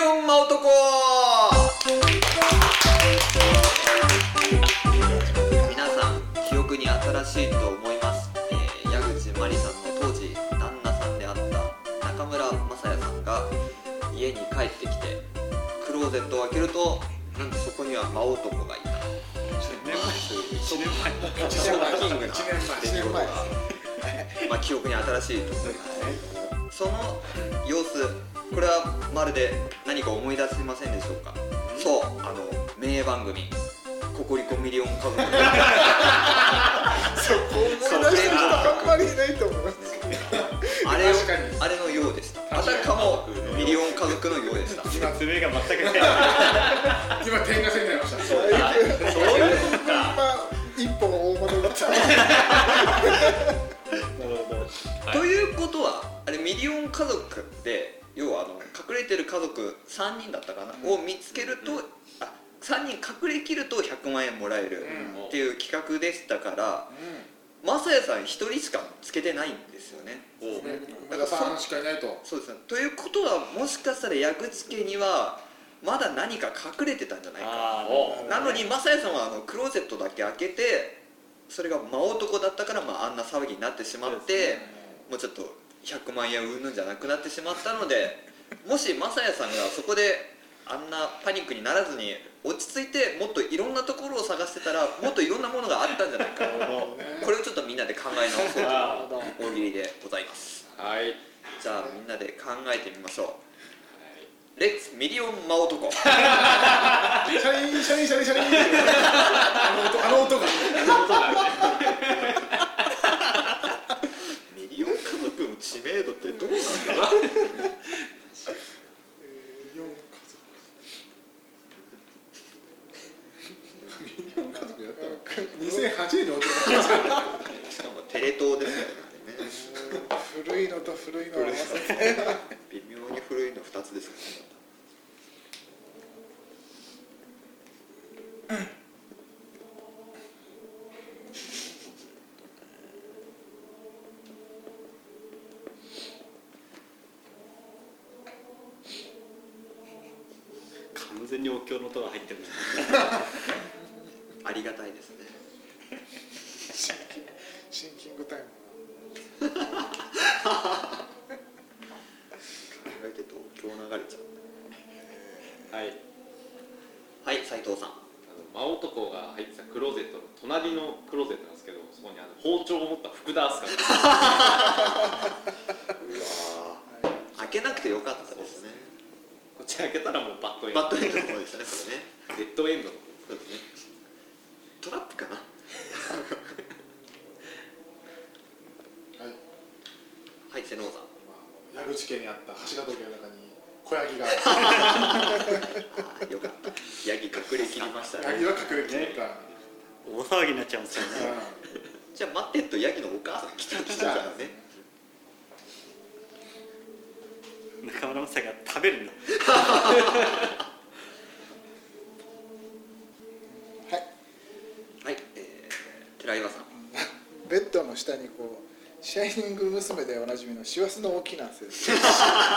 オンマ男。皆さん記憶に新しいと思います、矢口真理さんの当時旦那さんであった中村雅也さんが家に帰ってきてクローゼットを開けるとなんとそこには真男がいた。1年前ショッキングな出来事が記憶に新しいと思います。その様子、これはまるで何か思い出せませんでしょうか。そう、名番組ココリコミリオン家族そこ思い出した人あんまりいないと思いますあれのようでした。あたかもミリオン家族のようでした。 今爪が全くない今点が線になりました。 そういう今一歩大物だったということはあれミリオン家族って要は隠れてる家族3人だったかな、を見つけると3人隠れきると100万円もらえるっていう企画でしたから、雅也さん1人しかつけてないんですよね。 だから3しかいないと。 そうですね。ということはもしかしたら矢口家にはまだ何か隠れてたんじゃないか。なのに雅也さんはクローゼットだけ開けてそれが真男だったからあんな騒ぎになってしまって、もうちょっと100万円売るんじゃなくなってしまったので、もし雅也さんがそこであんなパニックにならずに落ち着いてもっといろんなところを探してたらもっといろんなものがあったんじゃないか。これをちょっとみんなで考え直そうと大喜利でございます。 はい、 じゃあみんなで考えてみましょう。レッツミリオン真男。 シャリンシャリンシャリンシャリンあの音がミリオン家族の知名度ってどうなんだろう。 2008年に音がしかもテレ東ですよね。 古いのと古いのを合わせて微妙に古いの2つですよね。 完全にお経の音が入ってるありがたいですね。 シンキングタイム考えてると今日流れちゃう。 はい、 はい、斉藤さん。 真男が入ってたクローゼットの隣のクローゼットなんですけど、そこに包丁を持った福田明日香が開けなくてよかったですね。 こっち開けたらもうバッドエンド。 バッドエンドの方でしたね、これね。 デッドエンドのそうですね。トラップかな。はい、瀬能さん。 矢口家にあった橋ヶ峠の中に小ヤギがよかった。ヤギ隠れきりましたね。 ヤギは隠れきった、 大騒ぎになっちゃうんですよね。 じゃあ待ってっとヤギのお母さん来たからね。 中村雅也が食べるんだ。 はい、寺岩さん。 ベッドの下にこうシャイニング娘。でおなじみの師走の大きな先生そう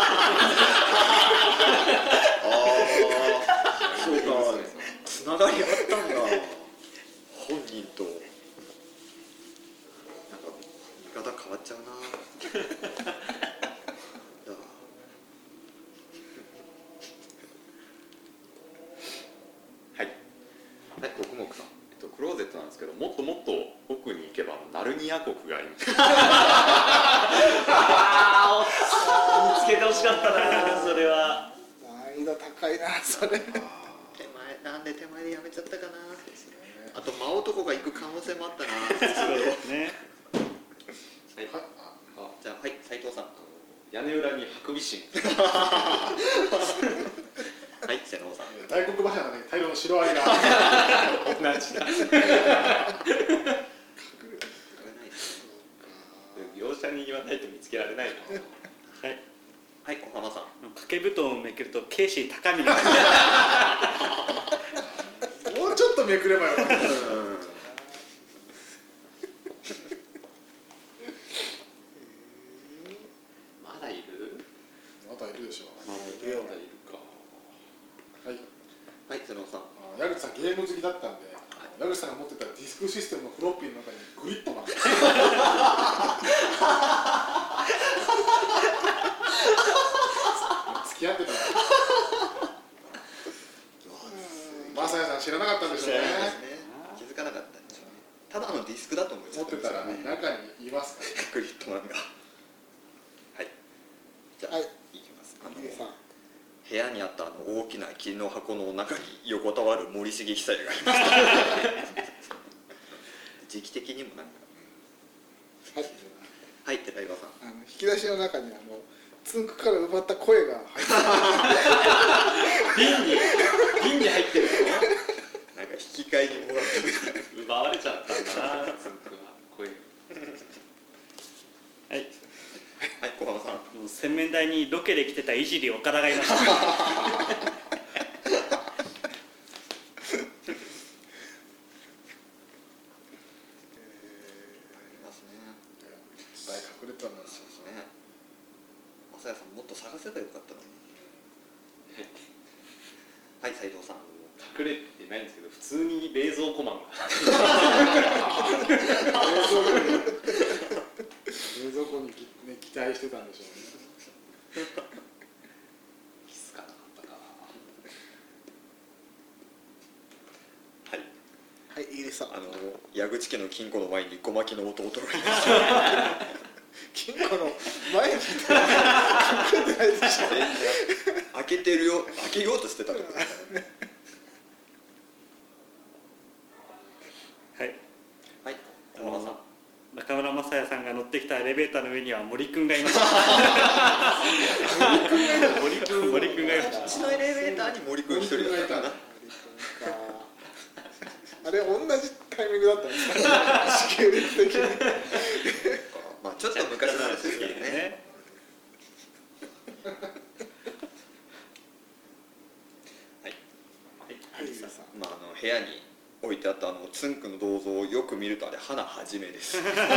か、つながりあったんだ。本人となんか見方変わっちゃうな。 はい、 はい、国木さん。 クローゼットなんですけど、もっともっと奥に行けばナルニア国があります。見つけてほしかったな、それは。 難易度高いな、それなんで手前でやめちゃったかな。あと真男が行く可能性もあったな。 そうですね。 はい、じゃあ、はい、斉藤さん。 屋根裏にハクビシン。 はい、瀬能さん。 大黒柱のね、大量の白アリが同じだ。業者に言わないと見つけられないな。はい。 はい、小浜さん。 掛け布団をめくるとケイシー高見が。 もうちょっとめくればよかった。 まだいる？ まだいるでしょ。 まだいるか。 矢口さんゲーム好きだったんで、矢口さんが持ってたディスクシステムのフロッピーの中にグリッドマン付き合ってたマサヤさん知らなかったんでしょうね。 気づかなかったんでしょうね。ただのディスクだと思い持ってたら、ね、中にいますから、ね、 グリッドマンが。はい、じゃあ、 はい、 いきます。 部部屋にあった大きな木の箱の中に横たわる森重久彌がいました時期的にもなんか、はい、寺岩さん、 引き出しの中につんくから奪った声が入って瓶に入ってるなんか引き換えにもらって奪われちゃったんだな、つんくは声はい、小浜さん、 洗面台にロケで来てたいじり岡田がいましたマサヤさんもっと探せばよかったのにはい、斉藤さん、 隠れてないんですけど普通に冷蔵庫マンが冷蔵庫に、ね、期待してたんでしょうね気づかなかったか。 はいはい、いいです。 矢口家の金庫の前に小牧の弟がいました金庫の前に隠れてないでしょ開けてるよ、開けようとしてたところですからねはい、 はい、小浜さん、 中村雅也さんが乗ってきたエレベーターの上には森くんがいました森くんがいました。 こっちのエレベーターに森くん一人だったかな。 あれ同じタイミングだったんですか時系列的にまあちょっと昔の話ですけどねまあ部屋に置いてあったつんくの銅像をよく見るとあれ花はじめです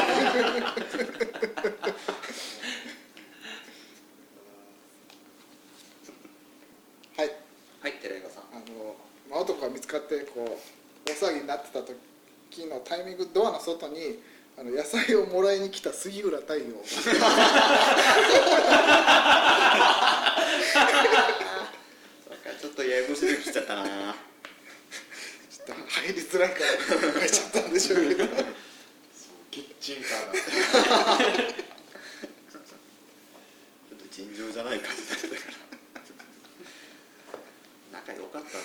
はいはい、寺岩さん、 男が見つかってこう大騒ぎになってた時のタイミング、ドアの外に野菜をもらいに来た杉浦太陽なんかちょっとややこしくきちゃったな。 ちょっと入りづらいから書いちゃったんでしょうけどキッチンカーだちょっと尋常じゃない感じだったから仲良かったんだな。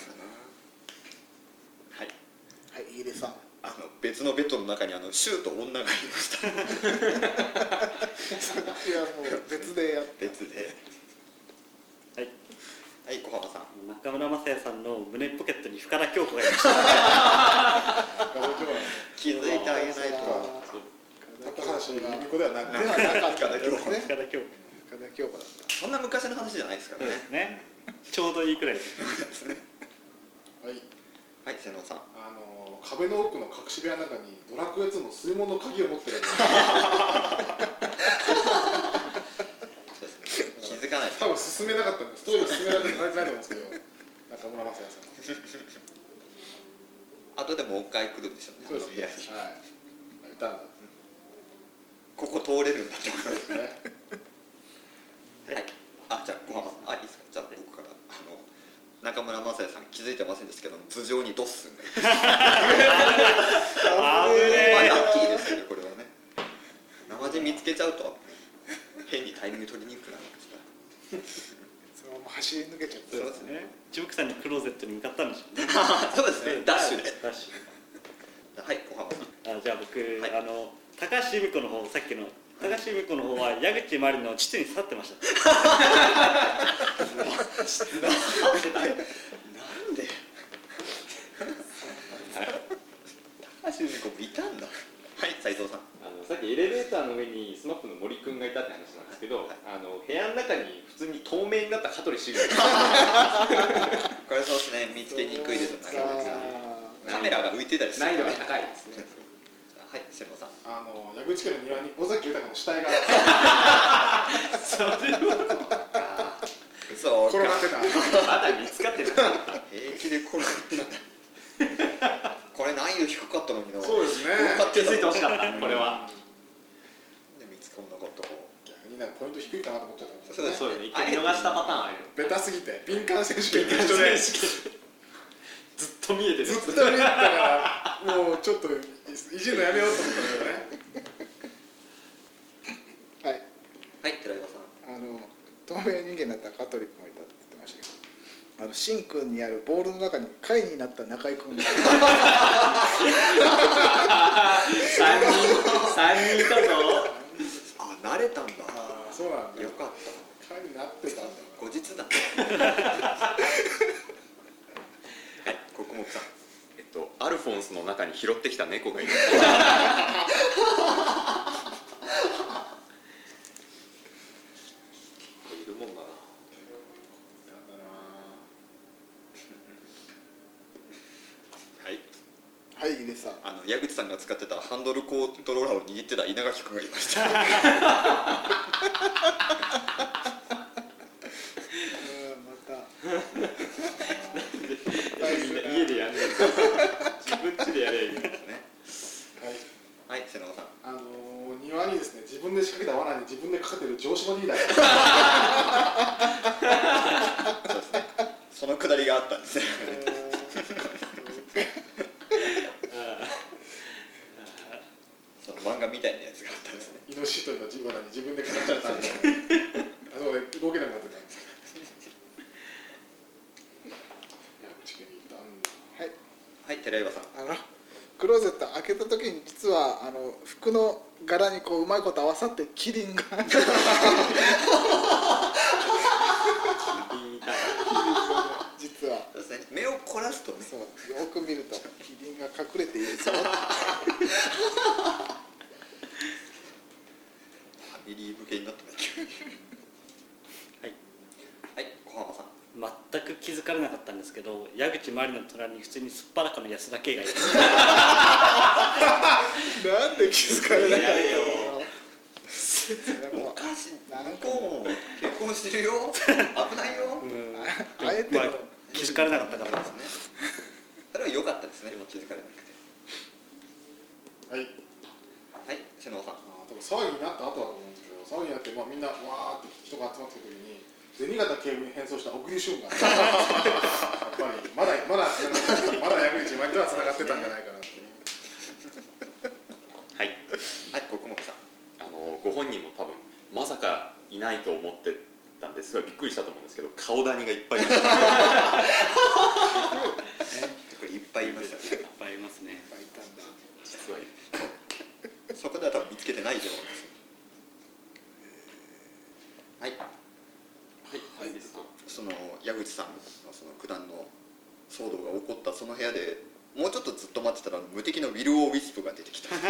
はいはい、いいです。 別のベッドの中にシューと女がいましたさっきはもう別でやって別で。 はい、 はい、小浜さん、 中村雅也さんの胸ポケットに深田恭子がいました気づいてあげないと。 高橋由美子ではなかったですね。 深田恭子だった。 そんな昔の話じゃないですからね。 ね、ちょうどいいくらいですはい、 はい、瀬野さん、 壁の奥の隠し部屋の中にドラクエ2の水門の鍵を持ってる気づかない。 多分進めなかったんです。当時進められてないと思うんですけど、中村雅也さん後でもう一回来るでしょうね。 そうですね。はい。いたんだ。 ここ通れるんだって思いますね。はい。じゃあ小浜さん、いいですか。じゃあ僕から中村雅也さん気づいてませんでしたけど頭上にドッスンがいます。ラッキーですよねこれはね。生地見つけちゃうと変にタイミング取りにくくなるんですから。 そのまま走り抜けちゃって。 そうですね。千葉さんにクローゼットに向かったんでしょうね。 そうですね。ダッシュで。 ダッシュ。 はい、小浜さん。 じゃあ僕、 はい、 高橋由美子の方、さっきの高橋由美子の方は矢口真理の膣に刺さってました。 なんで高橋由美子もいたんだ。はい、斉藤さん。 さっきエレベーターの上にスマップの森くんがいたって話なんですけど、部屋の中に普通に透明になった香取慎吾これそうですね、見つけにくいですよね。カメラが浮いてたりする。 難易度が高いですね。 はい、瀬野さん。 矢口家の庭に尾崎豊の死体がそれはそう転がってた。 まだ見つかってなかった。 平気で転がってた。 気づいてほしかったこれは。 で見つかんなかった方。 逆になんかポイント低いかなと思っちゃったんですそうですそうね、一回見逃したパターンあるよ。 ベタすぎて敏感選手権と一緒でずっと見えてる。 ずっと見てたからもうちょっといじるのやめようと思ったんだよねはいはい寺岩さん。 透明人間になった香取君がいたって言ってましたけど、シンくんにあるボールの中に貝になった中居君が 3人いたぞ。 あ、慣れたんだ。 そうなんだよかった。 貝になってたんだ後日だ。はい、国木さん。 アルフォンスの中に拾ってきた猫がいる。いるもんだな。はい。 はいいいですさ矢口さんが使ってたハンドルコントローラーを握ってた稲垣君がいました。 またみんな家でやんねえ。自分家でやればいいんですね。 はいはい、瀬野さん。 庭にですね自分で仕掛けた罠に自分でかけてる城島リーダーそうですね。そのくだりがあったんですね。その漫画みたいなやつがあったんですね。 イノシシ取りの罠に自分でかかっちゃったんであそこで動けなくなってたんですはいはい、寺岩さん。 クローゼット開けた時に実は服の柄にこううまいこと合わさってキリンが実はそうですね。目を凝らすとね。 そうよく見るとキリンが隠れているぞファミリー向けになってない。 はい、 はい、小浜さん。 全く気づかれなかったんですけど、矢口真里の隣に普通にすっぱらかの安田圭がいる。 なんで気づかれなかったのおかしい。向こうも結婚してるよ。危ないよ。 あえての気づかれなかったからですね。それは良かったですね。気づかれなくて。 はいはい、瀬野さん。 多分騒ぎになった後だと思うんですけど騒ぎになって、みんなわーって人が集まってくる時に銭形警部に変装した小栗旬がやっぱりまだ矢口真里とはつながってたんじゃないかなってはい。 はい、国木さん。 ご本人も多分まさかいないと思ってたんですごいびっくりしたと思うんですけど、顔谷がいっぱいいました。 これいっぱいいましたね。 いっぱいいますね。 いっぱいいたんだ実はいる。 そこでは多分見つけてないと思うんです。はい。 はい、ですと。 その矢口さんのその九段の騒動が起こったその部屋でもうちょっとずっと待ってたら無敵のウィル・オー・ウィスプが出てきた。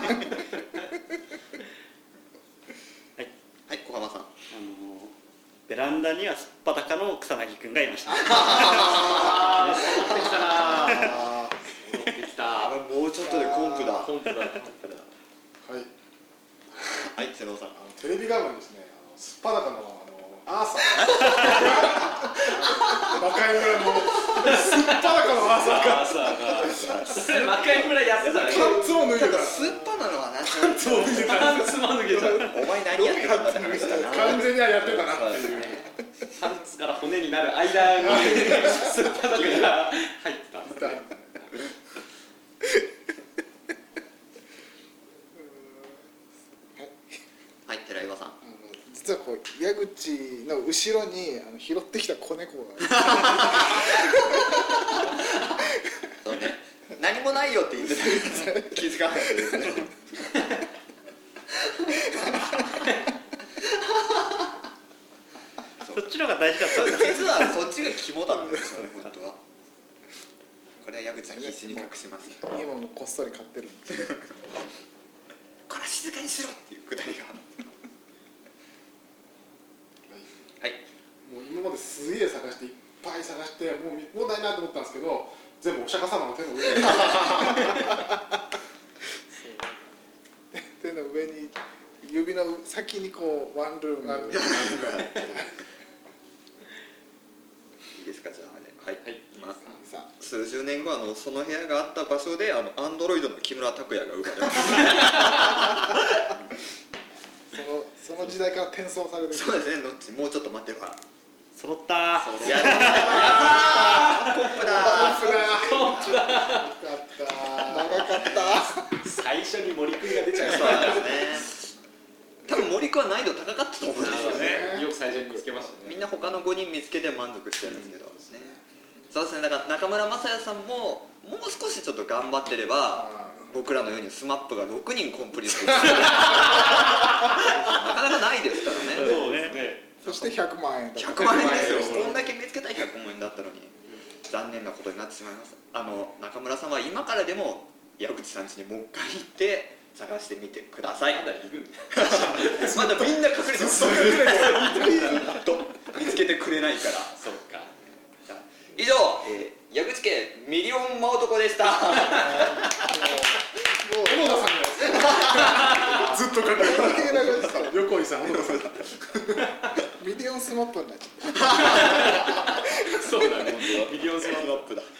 はい、小浜さん。 ベランダにはすっぱだかの草薙くんがいました。 戻ってきたな。戻ってきた。 もうちょっとでコンプだ。 コンプだ。 はいはい、瀬野さん。 テレビ画面にですねすっぱだかのアーサー魔界村のすっぱだかのアーサーが魔界村やってたね。 パンツも脱いでたスーパーなのはな。 パンツも脱いでたパンツも脱げちゃう。 お前何やってたんだって話だな。 完全にはやってたなっていうパンツから骨になる間にすっぱだかが入ってたんですね。 はい、寺岩さん。 実はこう矢口の後ろに拾ってきた子猫がそうね。何もないよって言ってたけど気づかなかったですね。 そっちの方が大事だったんだ。 実はそっちが肝だったんですよね、本当は。これは矢口さん必死に隠します。 今もこっそり飼ってるんでこれは静かにしろっていうくだりが。はい。 もう今まですげえ探していっぱい探してもうないなと思ったんですけど全部お釈迦様の手の上に手の上に指の先にこうワンルームがあるいいですか、じゃああれ。はい。 はい。 まあ、 さあス数十年後その部屋があった場所でアンドロイドの木村拓哉が生まれますその時代から転送される。 そうですね、ノッチもうちょっと待ってば揃ったやったー、コップだよかった最初に森くんが出ちゃう。 そうですね。多分森君は難易度高かったと思うんですよね。 よく最初に見つけましたね。 みんな他の5人見つけて満足してるんですけどね。そうですね、だから中村雅也さんももう少しちょっと頑張ってれば僕らのようにスマップが6人コンプリートできるなかなかないですからね。 そうね。 そして100万円。 100万円ですよ。こんだけ見つけたら100万円だったのに残念なことになってしまいました。中村さんは今からでも矢口さん家にもう一回行って探してみてください。 まだいるんだ。 まだみんな隠れてます。見つけてくれないから。 そうか。 以上、矢口家ミリオン真男でした。 もう小野田さんがずっとかけてる。横井さん、小野田さん。ミリオンスマップになっちゃった。 そうだね。 ミリオンスマップだ。